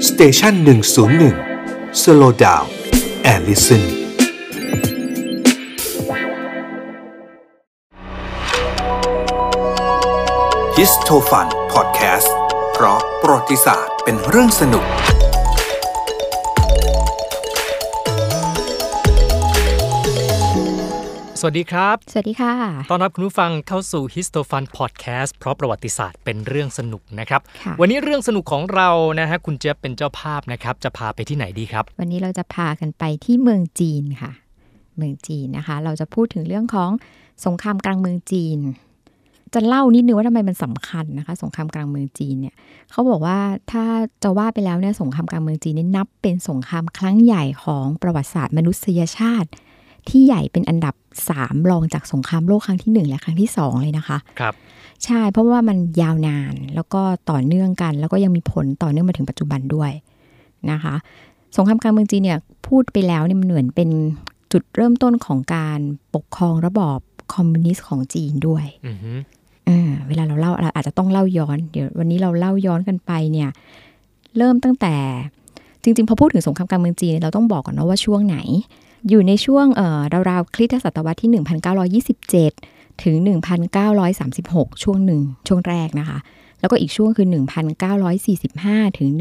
สเตชัน101 Slow Down and Listen Histovan Podcast เพราะประวัติศาสตร์เป็นเรื่องสนุกสวัสดีครับสวัสดีค่ะต้อนรับคุณผู้ฟังเข้าสู่ Histovan Podcast เพราะประวัติศาสตร์เป็นเรื่องสนุกนะครับวันนี้เรื่องสนุกของเรานะฮะคุณเจี๊ยบเป็นเจ้าภาพนะครับจะพาไปที่ไหนดีครับวันนี้เราจะพากันไปที่เมืองจีนค่ะเมืองจีนนะคะเราจะพูดถึงเรื่องของสงครามกลางเมืองจีนจะเล่านิดนึงว่าทำไมมันสำคัญนะคะสงครามกลางเมืองจีนเนี่ยเขาบอกว่าถ้าจะว่าไปแล้วเนี่ยสงครามกลางเมืองจีนนี่นับเป็นสงครามครั้งใหญ่ของประวัติศาสตร์มนุษยชาติที่ใหญ่เป็นอันดับ3รองจากสงครามโลกครั้งที่1และครั้งที่2เลยนะคะครับใช่เพราะว่ามันยาวนานแล้วก็ต่อเนื่องกันแล้วก็ยังมีผลต่อเนื่องมาถึงปัจจุบันด้วยนะคะสงครามกลางเมืองจีนเนี่ยพูดไปแล้วเนี่ยมันเหมือนเป็นจุดเริ่มต้นของการปกครองระบอบคอมมิวนิสต์ของจีนด้วยเวลาเราเล่าเราอาจจะต้องเล่าย้อนเดี๋ยววันนี้เราเล่าย้อนกันไปเนี่ยเริ่มตั้งแต่จริงๆพอพูดถึงสงครามกลางเมืองจีนเราต้องบอกก่อนนะว่าช่วงไหนอยู่ในช่วงราวๆคริสตศตวรรษที่1927ถึง1936ช่วงแรกนะคะแล้วก็อีกช่วงคือ1945ถึง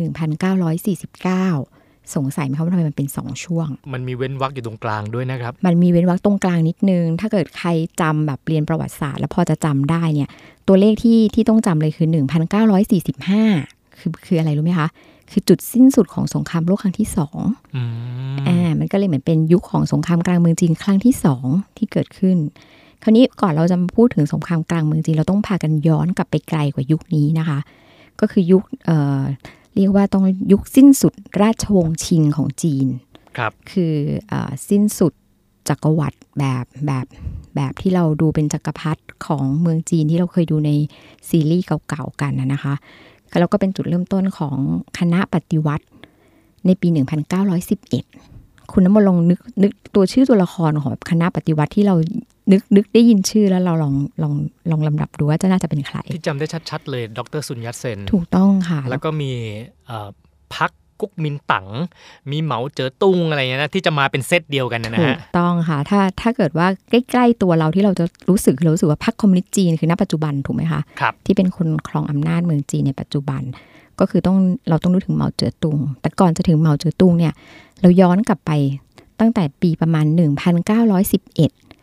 1949สงสัยไหมคะว่าทำไมมันเป็น2ช่วงมันมีเว้นวรรคอยู่ตรงกลางด้วยนะครับมันมีเว้นวรรคตรงกลางนิดนึงถ้าเกิดใครจำแบบเรียนประวัติศาสตร์แล้วพอจะจำได้เนี่ยตัวเลขที่ต้องจำเลยคือ1945คืออะไรรู้ไหมคะคือจุดสิ้นสุดของสงครามโลกครั้งที่2มันก็เลยเหมือนเป็นยุคของสงครามกลางเมืองจีนครั้งที่2ที่เกิดขึ้นคราวนี้ก่อนเราจะมาพูดถึงสงครามกลางเมืองจีนเราต้องพากันย้อนกลับไปไกลกว่ายุคนี้นะคะก็คือยุคเรียกว่าต้องยุคสิ้นสุดราชวงศ์ชิงของจีนครับคือสิ้นสุดจักรวรรดิแบบที่เราดูเป็นจักรพรรดิของเมืองจีนที่เราเคยดูในซีรีส์เก่าๆกันนะคะแล้วก็เป็นจุดเริ่มต้นของคณะปฏิวัติในปี1911คุณน้ำมนต์ลองนึกตัวชื่อตัวละครของคณะปฏิวัติที่เรานึกได้ยินชื่อแล้วเราลองลำดับดูว่าจะน่าจะเป็นใครที่จำได้ชัดๆเลยดร.ซุนยัตเซนถูกต้องค่ะแล้วก็มีพรรคก๊กมินตั๋งมีเหมาเจ๋อตุงอะไรเงี้ยนะที่จะมาเป็นเซตเดียวกันนะฮะถูกต้องค่ะถ้าเกิดว่าใกล้ๆตัวเราที่เราจะรู้สึกว่าพรรคคอมมิวนิสต์จีนคือณปัจจุบันถูกไหมคะที่เป็นคนครองอำนาจเมืองจีนในปัจจุบันก็คือเราต้องนึกถึงเหมาเจ๋อตุงแต่ก่อนจะถึงเหมาเจ๋อตุงเนี่ยเราย้อนกลับไปตั้งแต่ปีประมาณ1911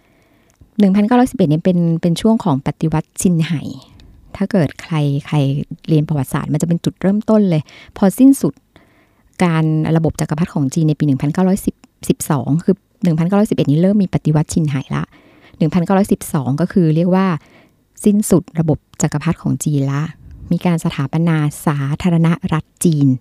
เนี่ยเป็นช่วงของปฏิวัติซินไห่ถ้าเกิดใครเรียนประวัติศาสตร์มันจะเป็นจุดเริ่มต้นเลยพอสิ้นสุดการระบบจักรพรรดิของจีนในปี1912คือ1911นี้เริ่มมีปฏิวัติซินไห่ละ1912ก็คือเรียกว่าสิ้นสุดระบบจักรพรรดิของจีนละมีการสถาปนาสาธารณรัฐจีน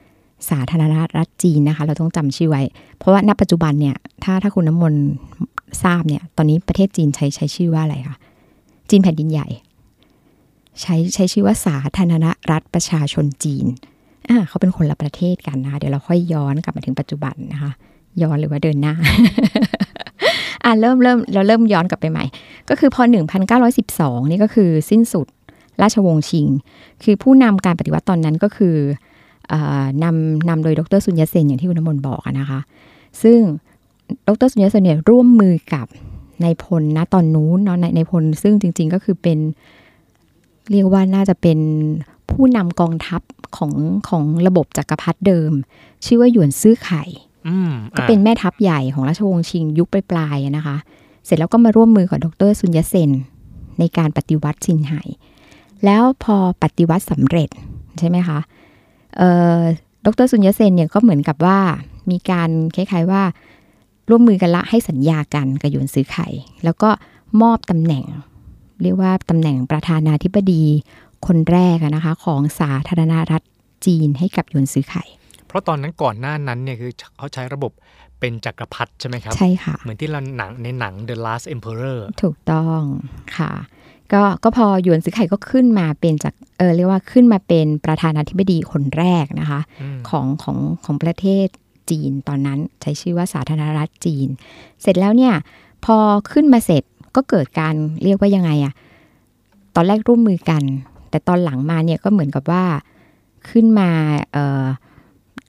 นะคะเราต้องจำชื่อไว้เพราะว่าณปัจจุบันเนี่ยถ้าคุณน้ำมนต์ทราบเนี่ยตอนนี้ประเทศจีนใช้ชื่อว่าอะไรคะจีนแผ่นดินใหญ่ใช้ชื่อว่าสาธารณรัฐประชาชนจีนเขาเป็นคนละประเทศกันนะคะเดี๋ยวเราค่อยย้อนกลับมาถึงปัจจุบันนะคะย้อนหรือว่าเดินหน้า เริ่มย้อนกลับไปใหม่ก็คือพอ1912นี่ก็คือสิ้นสุดราชวงศ์ชิงคือผู้นำการปฏิวัติตอนนั้นก็คือนำโดยดร.ซุนยัตเซนอย่างที่คุณน้ำมนต์บอกนะคะซึ่งดร.ซุนยัตเซนเนี่ยร่วมมือกับนายพลนะตอนนู้นนายพลซึ่งจริงๆก็คือเป็นเรียกว่าน่าจะเป็นผู้นำกองทัพของระบบจักรพรรดิเดิมชื่อว่าหยวนซื่อไข่ก็เป็นแม่ทัพใหญ่ของราชวงศ์ชิงยุคปลายๆนะคะเสร็จแล้วก็มาร่วมมือกับดร.ซุนยัตเซนในการปฏิวัติซินไห่แล้วพอปฏิวัติสำเร็จใช่ไหมคะดร.ซุนยัตเซนเนี่ยก็เหมือนกับว่ามีการคล้ายๆว่าร่วมมือกันละให้สัญญากันกับหยวนซื่อไข่แล้วก็มอบตำแหน่งเรียกว่าตำแหน่งประธานาธิบดีคนแรกนะคะของสาธารณรัฐจีนให้กับหยวนซื่อไข่เพราะตอนนั้นก่อนหน้านั้นเนี่ยคือเขาใช้ระบบเป็นจักรพรรดิใช่ไหมครับใช่ค่ะเหมือนที่เราในหนัง The Last Emperor ถูกต้องค่ะก็พอหยวนซื่อไข่ก็ขึ้นมาเป็นจากเรียกว่าขึ้นมาเป็นประธานาธิบดีคนแรกนะคะของประเทศจีนตอนนั้นใช้ชื่อว่าสาธารณรัฐจีนเสร็จแล้วเนี่ยพอขึ้นมาเสร็จก็เกิดการเรียกว่ายังไงตอนแรกร่วมมือกันแต่ตอนหลังมาเนี่ยก็เหมือนกับว่าขึ้นมา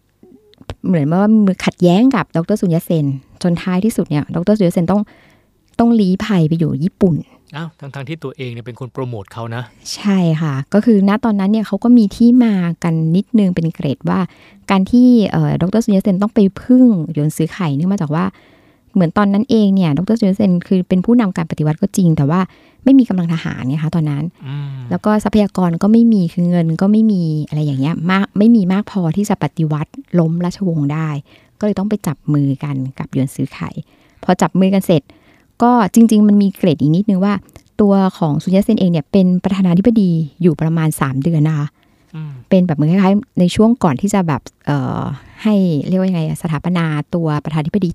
เหมือนว่าขัดแย้งกับดร.ซุนยัตเซนจนท้ายที่สุดเนี่ยดร.ซุนยัตเซนต้องลี้ภัยไปอยู่ญี่ปุ่นอ้าวทั้งที่ตัวเองเนี่ยเป็นคนโปรโมทเขานะใช่ค่ะก็คือณตอนนั้นเนี่ยเขาก็มีที่มากันนิดนึงเป็นเกรดว่าการที่ดร.ซุนยัตเซนต้องไปพึ่งหยวนซื้อไข่เนื่องมาจากว่าเหมือนตอนนั้นเองเนี่ยดร.ซุนยัตเซนคือเป็นผู้นำการปฏิวัติก็จริงแต่ว่าไม่มีกำลังทหารไงคะตอนนั้นแล้วก็ทรัพยากรก็ไม่มีคือเงินก็ไม่มีอะไรอย่างเงี้ยมากไม่มีมากพอที่จะปฏิวัติล้มราชวงศ์ได้ก็เลยต้องไปจับมือกันกับหยวนซื้อไข่พอจับมือกันเสร็จก็จริงๆมันมีเกรดอีกนิดนึงว่าตัวของซุนยัตเซนเองเนี่ยเป็นประธานาธิบดีอยู่ประมาณ3เดือนนะคะเป็นแบบเหมือนคล้ายๆในช่วงก่อนที่จะแบบให้เรียกว่ายังไงสถาปนาตัวประธานาธิบดี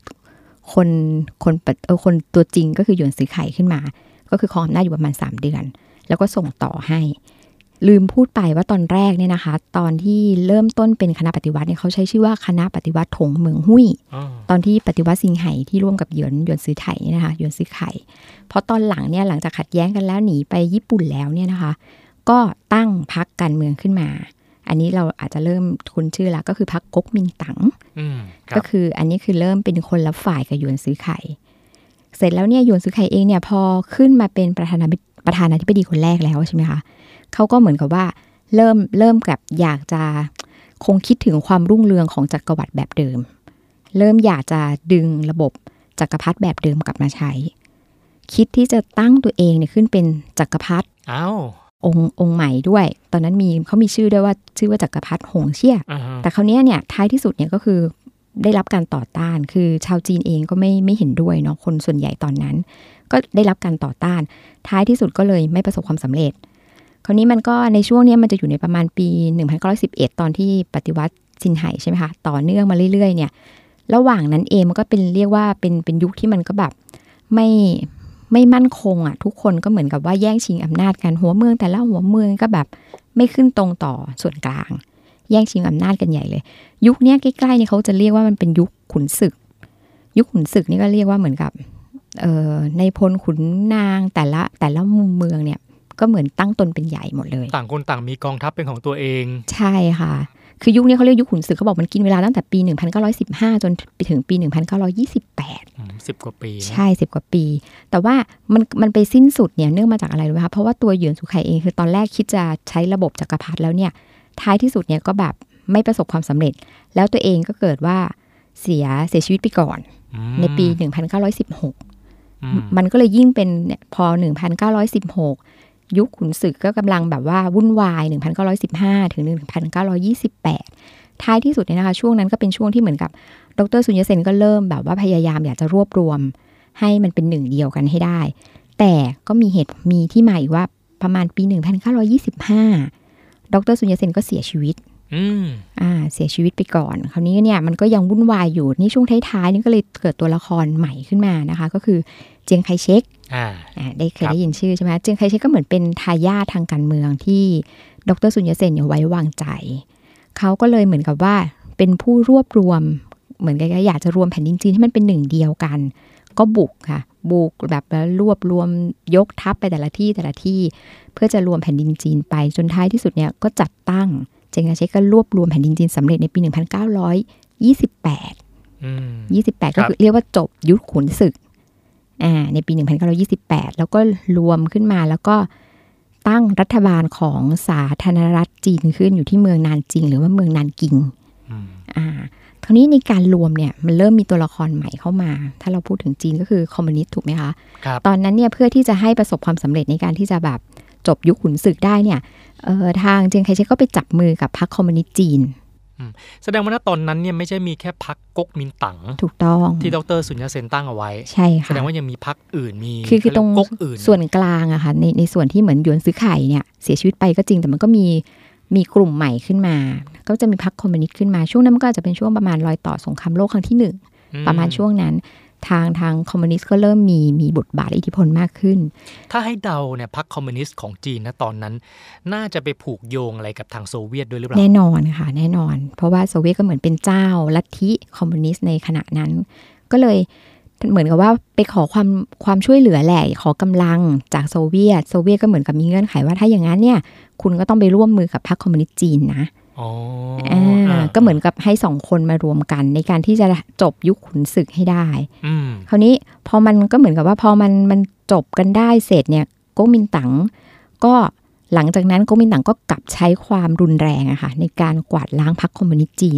คนตัวจริงก็คือหยวนซื้อไข่ขึ้นมาก็คือครองอำนาจอยู่ประมาณ3เดือนแล้วก็ส่งต่อให้ลืมพูดไปว่าตอนแรกเนี่ยนะคะตอนที่เริ่มต้นเป็นคณะปฏิวัติเนี่ยเขาใช้ชื่อว่าคณะปฏิวัติถงเหมืองหุ้ยตอนที่ปฏิวัติซิงไห่ที่ร่วมกับหยวนซื้อไข่เนี่ยนะคะหยวนซื้อไข่เพราะตอนหลังเนี่ยหลังจากขัดแย้งกันแล้วหนีไปญี่ปุ่นแล้วเนี่ยนะคะก็ตั้งพรรคการเมืองขึ้นมาอันนี้เราอาจจะเริ่มคุ้นชื่อแล้วก็คือพรรคก๊กมินตั๋งก็คืออันนี้คือเริ่มเป็นคนละฝ่ายกับหยวนซื้อไข่เสร็จแล้วเนี่ยหยวนซื้อไข่เองเนี่ยพอขึ้นมาเป็นประธานาธิบดีคนแรกแล้วใช่ไหมคะเขาก็เหมือนกับว่าเริ่มกับอยากจะคงคิดถึงความรุ่งเรืองของจักรวรรดิแบบเดิมเริ่มอยากจะดึงระบบจักรพรรดิแบบเดิมกลับมาใช้คิดที่จะตั้งตัวเองเนี่ยขึ้นเป็นจักรพรรดิองค์ใหม่ด้วยตอนนั้นเขามีชื่อด้วยว่าจักรพรรดิหงเชี่ยแต่คราวนี้เนี่ยท้ายที่สุดเนี่ยก็คือได้รับการต่อต้านคือชาวจีนเองก็ไม่เห็นด้วยเนาะคนส่วนใหญ่ตอนนั้นก็ได้รับการต่อต้านท้ายที่สุดก็เลยไม่ประสบความสำเร็จคราวนี้มันก็ในช่วงนี้มันจะอยู่ในประมาณปี1911ตอนที่ปฏิวัติซินไห่ใช่ไหมคะต่อเนื่องมาเรื่อยๆเนี่ยระหว่างนั้นเองมันก็เป็นเรียกว่าเป็นยุคที่มันก็แบบไม่มั่นคงอ่ะทุกคนก็เหมือนกับว่าแย่งชิงอำนาจกันหัวเมืองแต่ละหัวเมืองก็แบบไม่ขึ้นตรงต่อส่วนกลางแย่งชิงอำนาจกันใหญ่เลยยุคนี้ใกล้ๆเนี่ยเขาจะเรียกว่ามันเป็นยุคขุนศึกยุคขุนศึกนี่ก็เรียกว่าเหมือนกับในพลขุนนางแต่ละมุมเมืองเนี่ยก็เหมือนตั้งตนเป็นใหญ่หมดเลยต่างคนต่างมีกองทัพเป็นของตัวเองใช่ค่ะคือยุคนี้เขาเรียกยุคขุนศึกเขาบอกมันกินเวลาตั้งแต่ปี1915จนไปถึงปี1928 10 กว่าปีใช่10 กว่าปีแต่ว่ามันไปสิ้นสุดเนี่ยเนื่องมาจากอะไรรู้ไหมคะเพราะว่าตัวหยวนสุไข่เองคือตอนแรกคิดจะใช้ระบบจักรพรรดิแล้วเนี่ยท้ายที่สุดเนี่ยก็แบบไม่ประสบความสำเร็จแล้วตัวเองก็เกิดว่าเสียชีวิตไปก่อนในปี1916มันก็เลยยิ่งเป็นพอ1916ยุคขุนศึกก็กำลังแบบว่าวุ่นวาย1915ถึง1928ท้ายที่สุดเนี่ยนะคะช่วงนั้นก็เป็นช่วงที่เหมือนกับดร.ซุนยัตเซนก็เริ่มแบบว่าพยายามอยากจะรวบรวมให้มันเป็นหนึ่งเดียวกันให้ได้แต่ก็มีที่มาอีกว่าประมาณปี1925ดร.ซุนยัตเซนก็เสียชีวิตเสียชีวิตไปก่อนคราวนี้เนี่ยมันก็ยังวุ่นวายอยู่นี่ช่วงท้ายๆนี่ก็เลยเกิดตัวละครใหม่ขึ้นมานะคะก็คือเจียงไคเชกเคยได้ยินชื่อใช่ไหมเจียงไคเชกก็เหมือนเป็นทายาททางการเมืองที่ดร.ซุนยัตเซนไว้วางใจเขาก็เลยเหมือนกับว่าเป็นผู้รวบรวมเหมือนกับอยากจะรวมแผ่นดินจีนให้มันเป็นหนึ่งเดียวกันก็บุกแบบรวบรวมยกทัพไปแต่ละที่เพื่อจะรวมแผ่นดินจีนไปจนท้ายที่สุดเนี่ยก็จัดตั้งเจียงไคเชกก็รวบรวมแผ่นดินจีนสำเร็จในปี1928ก็คือเรียกว่าจบยุคขุนศึกในปี1928แล้วก็รวมขึ้นมาแล้วก็ตั้งรัฐบาลของสาธารณรัฐจีนขึ้นอยู่ที่เมืองนานจิงหรือว่าเมืองนานกิงคราวนี้ในการรวมเนี่ยมันเริ่มมีตัวละครใหม่เข้ามาถ้าเราพูดถึงจีนก็คือคอมมิวนิสต์ถูกไหมคะตอนนั้นเนี่ยเพื่อที่จะให้ประสบความสำเร็จในการที่จะแบบจบยุคขุนศึกได้เนี่ยทางเจียงไคเชกก็ไปจับมือกับพรรคคอมมิวนิสต์จีนแสดงว่าตอนนั้นเนี่ยไม่ใช่มีแค่พรรคก๊กมินตั๋งถูกต้องที่ดร.ซุนยัตเซนตั้งเอาไว้ใช่ค่ะแสดงว่ายังมีพรรคอื่นมีคือตรงก๊กอื่นส่วนกลางอะค่ะในส่วนที่เหมือนหยวนซื้อไข่เนี่ยเสียชีวิตไปก็จริงแต่มันก็มีกลุ่มใหม่ขึ้นมาก็จะมีพรรคคอมมิวนิสต์ขึ้นมาช่วงนั้นมันก็จะเป็นช่วงประมาณรอยต่อสงครามโลกครั้งที่1ประมาณช่วงนั้นทางคอมมิวนิสต์ก็เริ่มมีบทบาทอิทธิพลมากขึ้นถ้าให้เดาเนี่ยพรรคคอมมิวนิสต์ของจีนนะตอนนั้นน่าจะไปผูกโยงอะไรกับทางโซเวียตด้วยหรือเปล่าแน่นอนค่ะแน่นอนเพราะว่าโซเวียตก็เหมือนเป็นเจ้าลัทธิคอมมิวนิสต์ในขณะนั้นก็เลยเหมือนกับว่าไปขอความช่วยเหลือแหละขอกำลังจากโซเวียตก็เหมือนกับมีเงื่อนไขว่าถ้าอย่างนั้นเนี่ยคุณก็ต้องไปร่วมมือกับพรรคคอมมิวนิสต์จีนนะก็เหมือนกับให้2คนมารวมกันในการที่จะจบยุคขุนศึกให้ได้คราวนี้พอมันก็เหมือนกับว่าพอมันจบกันได้เสร็จเนี่ยก๊กมินตั๋งก็หลังจากนั้นก๊กมินตั๋งก็กลับใช้ความรุนแรงอะค่ะในการกวาดล้างพรรคคอมมิวนิสต์จีน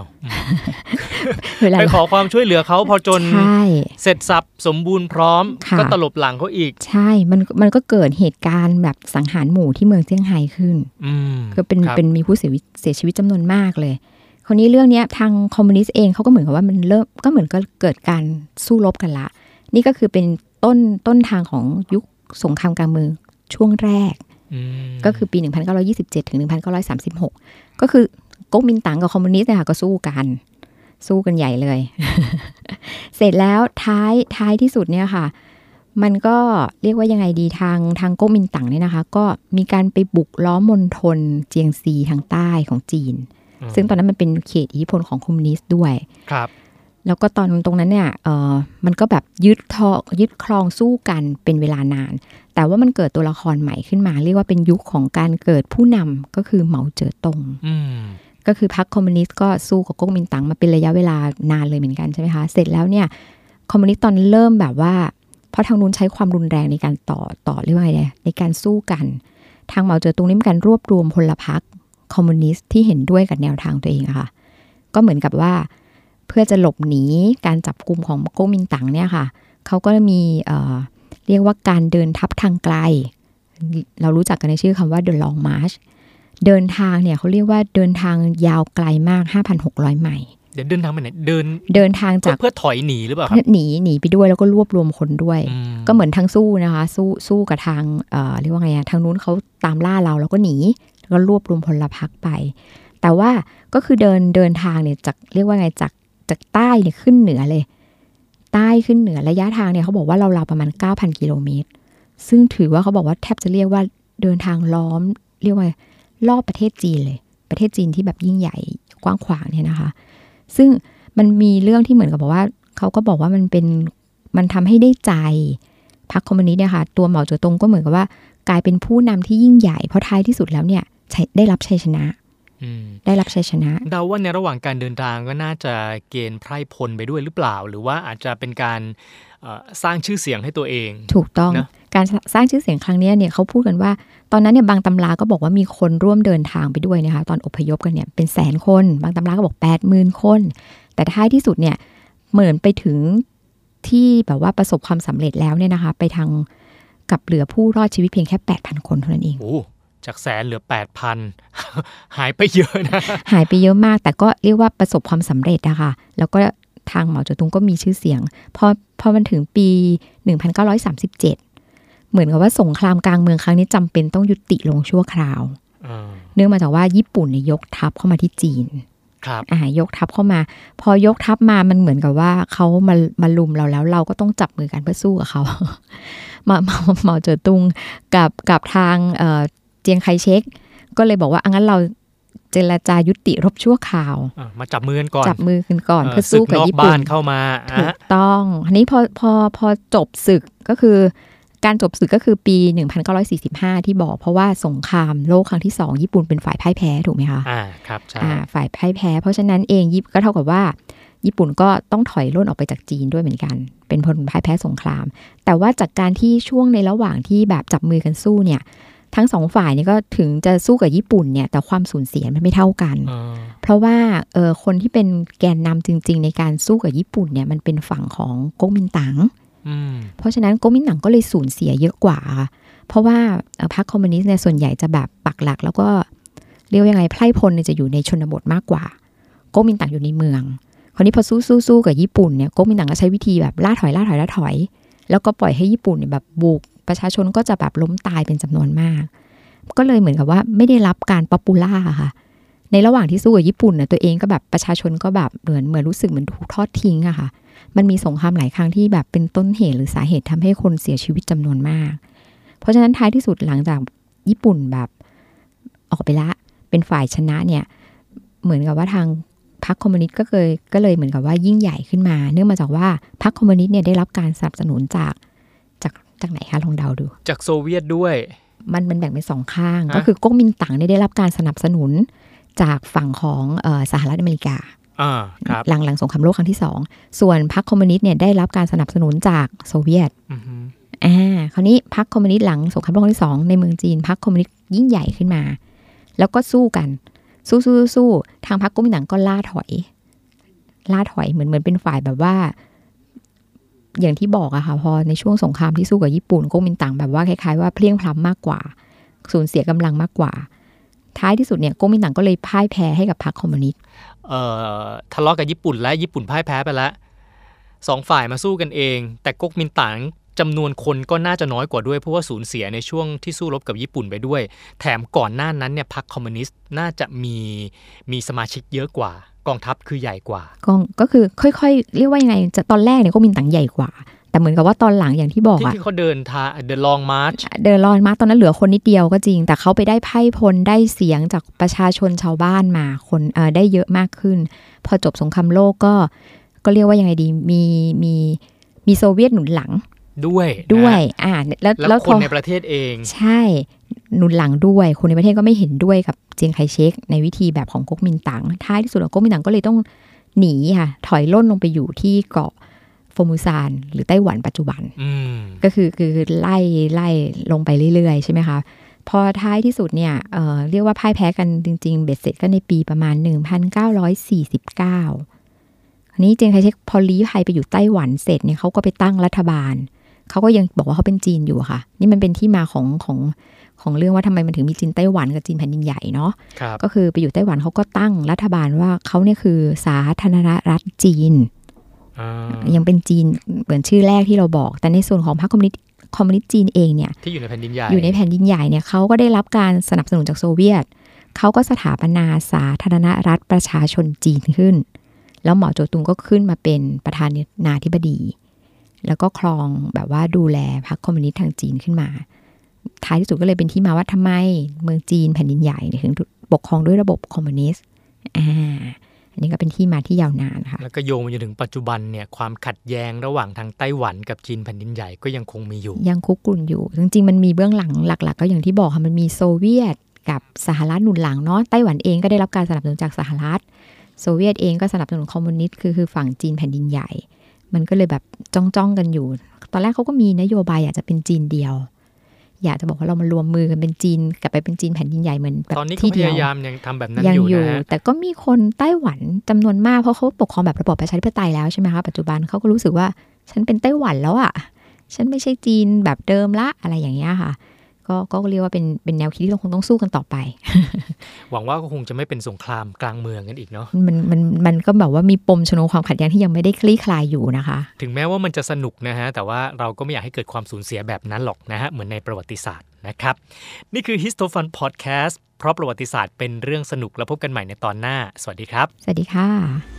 ไปขอความช่วยเหลือเขาพอจนเสร็จสับสมบูรณ์พร้อมก็ตลบหลังเขาอีกใช่มันก็เกิดเหตุการณ์แบบสังหารหมู่ที่เมืองเซี่ยงไฮ้ขึ้นก็เป็นมีผู้เสียชีวิตจำนวนมากเลยคราวนี้เรื่องนี้ทางคอมมิวนิสต์เองเขาก็เหมือนกับว่ามันเริ่มก็เหมือนก็เกิดการสู้รบกันละนี่ก็คือเป็นต้นทางของยุคสงครามกลางเมืองช่วงแรกก็คือปี 1927 ถึง 1936 ก็คือก๊กมินตั๋งกับคอมมิวนิสต์เนี่ยก็สู้กันใหญ่เลย เสร็จแล้วท้ายที่สุดเนี่ยค่ะมันก็เรียกว่ายังไงดีทางก๊กมินตั๋งเนี่ยนะคะก็มีการไปบุกล้อมมณฑลเจียงซีทางใต้ของจีนซึ่งตอนนั้นมันเป็นเขตอิทธิพลของคอมมิวนิสต์ด้วยครับแล้วก็ตรงนั้นเนี่ยมันก็แบบยึดครองสู้กันเป็นเวลานานแต่ว่ามันเกิดตัวละครใหม่ขึ้นมาเรียกว่าเป็นยุคของการเกิดผู้นำก็คือเหมาเจ๋อตงก็คือพรรคคอมมิวนิสต์ก็สู้กับก๊กมินตั๋งมาเป็นระยะเวลานานเลยเหมือนกันใช่ไหมคะเสร็จแล้วเนี่ยคอมมิวนิสต์ตอนเริ่มแบบว่าเพราะทางนู้นใช้ความรุนแรงในการต่อเรียกว่าไงเนี่ยในการสู้กันทางเหมาเจ๋อตงนี่มีการรวบรวมพลพรรคคอมมิวนิสต์ที่เห็นด้วยกับแนวทางตัวเองอะค่ะก็เหมือนกับว่าเพื่อจะหลบหนีการจับกุมของก๊กมินตั๋งเนี่ยค่ะเขาก็มีเรียกว่าการเดินทัพทางไกลเรารู้จักกันในชื่อคำว่า The Long March เดินทางเนี่ยเขาเรียกว่าเดินทางยาวไกลมาก 5,600 ไมล์เดี๋ยวเดินทางไปไหนเดินทางจากเพื่อถอยหนีหรือเปล่าครับหนีไปด้วยแล้วก็รวบรวมคนด้วยก็เหมือนทั้งสู้นะคะสู้กับทางเรียกว่าไงทางนู้นเขาตามล่าเราแล้วก็หนีแล้วก็รวบรวมพลพรรคไปแต่ว่าก็คือเดินทางเนี่ยจากเรียกว่าไงจากใต้เนี่ยขึ้นเหนือเลยใต้ขึ้นเหนือระยะทางเนี่ยเขาบอกว่าเราประมาณ 9,000 กิโลเมตรซึ่งถือว่าเขาบอกว่าแทบจะเรียกว่าเดินทางล้อมเรียกว่ารอบประเทศจีนเลยประเทศจีนที่แบบยิ่งใหญ่กว้างขวางเนี่ยนะคะซึ่งมันมีเรื่องที่เหมือนกับบอกว่าเขาก็บอกว่ามันทำให้ได้ใจพรรคคอมมิวนิสต์เนี่ยค่ะตัวเหมาเจ๋อตงก็เหมือนกับว่ากลายเป็นผู้นำที่ยิ่งใหญ่เพราะท้ายที่สุดแล้วเนี่ยได้รับชัยชนะเดาว่าในระหว่างการเดินทางก็น่าจะเกณฑ์ไพร่พลไปด้วยหรือเปล่าหรือว่าอาจจะเป็นการสร้างชื่อเสียงให้ตัวเองถูกต้องนะการสร้างชื่อเสียงครั้งนี้เนี่ยเขาพูดกันว่าตอนนั้นเนี่ยบางตำราก็บอกว่ามีคนร่วมเดินทางไปด้วยนะคะตอนอพยพกันเนี่ยเป็นแสนคนบางตำราก็บอก 80,000 คนแต่ท้ายที่สุดเนี่ยเหมือนไปถึงที่แบบว่าประสบความสำเร็จแล้วเนี่ยนะคะไปทางกับเหลือผู้รอดชีวิตเพียงแค่ 8,000 คนเท่านั้นเองจากแสนเหลือ 8,000 หายไปเยอะนะหายไปเยอะมากแต่ก็เรียกว่าประสบความสำเร็จนะคะแล้วก็ทางเหมาเจ๋อตงก็มีชื่อเสียงพอมันถึงปี 1937 เหมือนกับว่าสงครามกลางเมืองครั้งนี้จำเป็นต้องยุติลงชั่วคราวเนื่องมาจากว่าญี่ปุ่นเนี่ยยกทัพเข้ามาที่จีนยกทัพเข้ามาพอยกทัพมามันเหมือนกับว่าเขามาลุมเราแล้วเราก็ต้องจับมือกันเพื่อสู้กับเขาเหมาเจ๋อตุงกับทางเจียงไคเชกก็เลยบอกว่างั้นเราเจรจายุติรบชั่วคราวมาจับมือกันก่อนเพื่อสู้กับญี่ปุ่นเข้ามาถูกต้องอันนี้พอจบศึกก็คือการจบศึกก็คือปี 1945 ที่บอกเพราะว่าสงครามโลกครั้งที่2ญี่ปุ่นเป็นฝ่ายพ่ายแพ้ถูกไหมคะครับใช่ฝ่ายพ่ายแพ้เพราะฉะนั้นเองก็เท่ากับว่าญี่ปุ่นก็ต้องถอยร่นออกไปจากจีนด้วยเหมือนกันเป็นผลพ่ายแพ้สงครามแต่ว่าจากการที่ช่วงในระหว่างที่แบบจับมือกันสู้เนี่ยทั้งสองฝ่ายนี่ก็ถึงจะสู้กับญี่ปุ่นเนี่ยแต่ความสูญเสียมันไม่เท่ากันเพราะว่าคนที่เป็นแกนนำจริงๆในการสู้กับญี่ปุ่นเนี่ยมันเป็นฝั่งของก๊กมินตั๋งเพราะฉะนั้นก๊กมินตั๋งก็เลยสูญเสียเยอะกว่าเพราะว่าพรรคคอมมิวนิสต์เนี่ยส่วนใหญ่จะแบบปักหลักแล้วก็เรียกว่ายังไงไพร่พลเนี่ยจะอยู่ในชนบทมากกว่าก๊กมินตั๋งอยู่ในเมืองคราวนี้พอสู้กับญี่ปุ่นเนี่ยก๊กมินตั๋งก็ใช้วิธีแบบล่าถอยแล้วก็ปล่อยให้ญี่ปุ่นเนี่ยแบบบุกประชาชนก็จะแบบล้มตายเป็นจำนวนมากก็เลยเหมือนกับว่าไม่ได้รับการป๊อปปูล่าค่ะในระหว่างที่สู้กับญี่ปุ่นนะตัวเองก็แบบประชาชนก็แบบเหมือนรู้สึกเหมือนถูกทอดทิ้งอะค่ะมันมีสงครามหลายครั้งที่แบบเป็นต้นเหตุหรือสาเหตุทำให้คนเสียชีวิตจำนวนมากเพราะฉะนั้นท้ายที่สุดหลังจากญี่ปุ่นแบบออกไปละเป็นฝ่ายชนะเนี่ยเหมือนกับว่าทางพรรคคอมมิวนิสต์ก็เลยเหมือนกับว่ายิ่งใหญ่ขึ้นมาเนื่องมาจากว่าพรรคคอมมิวนิสต์เนี่ยได้รับการสนับสนุนจากไหนคะลองเดาดูจากโซเวียตด้วยมันแบ่งเป็น2ข้างก็คือก๊กมินตั๋งได้รับการสนับสนุนจากฝั่งของสหรัฐอเมริกาครับหลังสงครามโลกครั้งที่2ส่วนพรรคคอมมิวนิสต์เนี่ยได้รับการสนับสนุนจากโซเวียตคราวนี้พรรคคอมมิวนิสต์หลังสงครามโลกครั้งที่2ในเมืองจีนพรรคคอมมิวนิสต์ยิ่งใหญ่ขึ้นมาแล้วก็สู้กันสู้ทางพรรคก๊กมินตั๋งก็ล่าถอยเหมือนเป็นฝ่ายแบบว่าอย่างที่บอกอะค่ะพอในช่วงสงครามที่สู้กับญี่ปุ่นก๊กมินตั๋งแบบว่าคล้ายๆว่าเพลียงพล้ำมากกว่าสูญเสียกำลังมากกว่าท้ายที่สุดเนี่ยก๊กมินตั๋งก็เลยพ่ายแพ้ให้กับพรรคคอมมิวนิสต์ทะเลาะกับญี่ปุ่นและญี่ปุ่นพ่ายแพ้ไปแล้ว2ฝ่ายมาสู้กันเองแต่ก๊กมินตั๋งจำนวนคนก็น่าจะน้อยกว่าด้วยเพราะว่าสูญเสียในช่วงที่สู้รบกับญี่ปุ่นไปด้วยแถมก่อนหน้านั้นเนี่ยพรรคคอมมิวนิสต์น่าจะมีสมาชิกเยอะกว่ากองทัพคือใหญ่กว่าก็คือค่อยๆเรียกว่ายังไงจะตอนแรกเนี่ยก๊กมินตั๋งใหญ่กว่าแต่เหมือนกับว่าตอนหลังอย่างที่บอกอะที่เขาเดินลองมาร์ชตอนนั้นเหลือคนนิดเดียวก็จริงแต่เขาไปได้ไพ่พลได้เสียงจากประชาชนชาวบ้านมาคนได้เยอะมากขึ้นพอจบสงครามโลกก็เรียกว่ายังไงดีมีโซเวียตหนุนหลังด้วยแล้วคนในประเทศเองใช่หนุนหลังด้วยคนในประเทศก็ไม่เห็นด้วยกับเจียงไคเชกในวิธีแบบของก๊กมินตั๋งท้ายที่สุดก๊กมินตั๋งก็เลยต้องหนีค่ะถอยล่นลงไปอยู่ที่เกาะโฟมูซานหรือไต้หวันปัจจุบันก็คือไล่ลงไปเรื่อยๆใช่ไหมคะพอท้ายที่สุดเนี่ยเรียกว่าพ่ายแพ้กันจริงๆเบ็ดเสร็จก็ในปีประมาณ1949อันนี้เจียงไคเชกพอลี้ภัยไปอยู่ไต้หวันเสร็จเนี่ยเขาก็ไปตั้งรัฐบาลเขาก็ยังบอกว่าเขาเป็นจีนอยู่ค่ะนี่มันเป็นที่มาของเรื่องว่าทำไมมันถึงมีจีนไต้หวันกับจีนแผ่นดินใหญ่เนาะก็คือไปอยู่ไต้หวันเขาก็ตั้งรัฐบาลว่าเขาเนี่ยคือสาธารณรัฐจีนยังเป็นจีนเหมือนชื่อแรกที่เราบอกแต่ในส่วนของพรรคคอมมิวนิสต์จีนเองเนี่ยที่อยู่ในแผ่นดินใหญ่เนี่ยเขาก็ได้รับการสนับสนุนจากโซเวียตเขาก็สถาปนาสาธารณรัฐประชาชนจีนขึ้นแล้วเหมาโจตุงก็ขึ้นมาเป็นประธานาธิบดีแล้วก็ครองแบบว่าดูแลพรรคคอมมิวนิสต์ทางจีนขึ้นมาท้ายที่สุดก็เลยเป็นที่มาว่าทำไมเมืองจีนแผ่นดินใหญ่ถึงปกครองด้วยระบบคอมมิวนิสต์อันนี้ก็เป็นที่มาที่ยาวนานค่ะแล้วก็โยงมาจนถึงปัจจุบันเนี่ยความขัดแย้งระหว่างทางไต้หวันกับจีนแผ่นดินใหญ่ก็ยังคงมีอยู่ยังคุกรุ่นอยู่จริงๆมันมีเบื้องหลังหลักๆก็อย่างที่บอกค่ะมันมีโซเวียตกับสหรัฐหนุนหลังเนาะไต้หวันเองก็ได้รับการสนับสนุนจากสหรัฐโซเวียตเองก็สนับสนุนคอมมิวนิสต์คือฝั่งจีนแผ่นดินใหญ่มันก็เลยแบบจ้องกันอยู่ตอนแรกเขาก็มีนโยบายอยากจะเป็นจีนเดียวอยากจะบอกว่าเรามารวมมือกันเป็นจีนกลับไปเป็นจีนแผ่นดินใหญ่เหมือนแบบตอนนี้เขาพยายามยังทำแบบนั้นอยู่นะแต่ก็มีคนไต้หวันจำนวนมากเพราะเขาปกครองแบบระบอบประชาธิปไตยแล้วใช่ไหมคะปัจจุบันเขาก็รู้สึกว่าฉันเป็นไต้หวันแล้วอ่ะฉันไม่ใช่จีนแบบเดิมละอะไรอย่างเงี้ยค่ะก็เรียกว่าเป็นแนวคิดที่เราคงต้องสู้กันต่อไปหวังว่าก็คงจะไม่เป็นสงครามกลางเมืองกันอีกเนาะมันก็แบบว่ามีปมชนวนความขัดแย้งที่ยังไม่ได้คลี่คลายอยู่นะคะถึงแม้ว่ามันจะสนุกนะฮะแต่ว่าเราก็ไม่อยากให้เกิดความสูญเสียแบบนั้นหรอกนะฮะเหมือนในประวัติศาสตร์นะครับนี่คือ Histofun Podcast เพราะประวัติศาสตร์เป็นเรื่องสนุกแล้วพบกันใหม่ในตอนหน้าสวัสดีครับสวัสดีค่ะ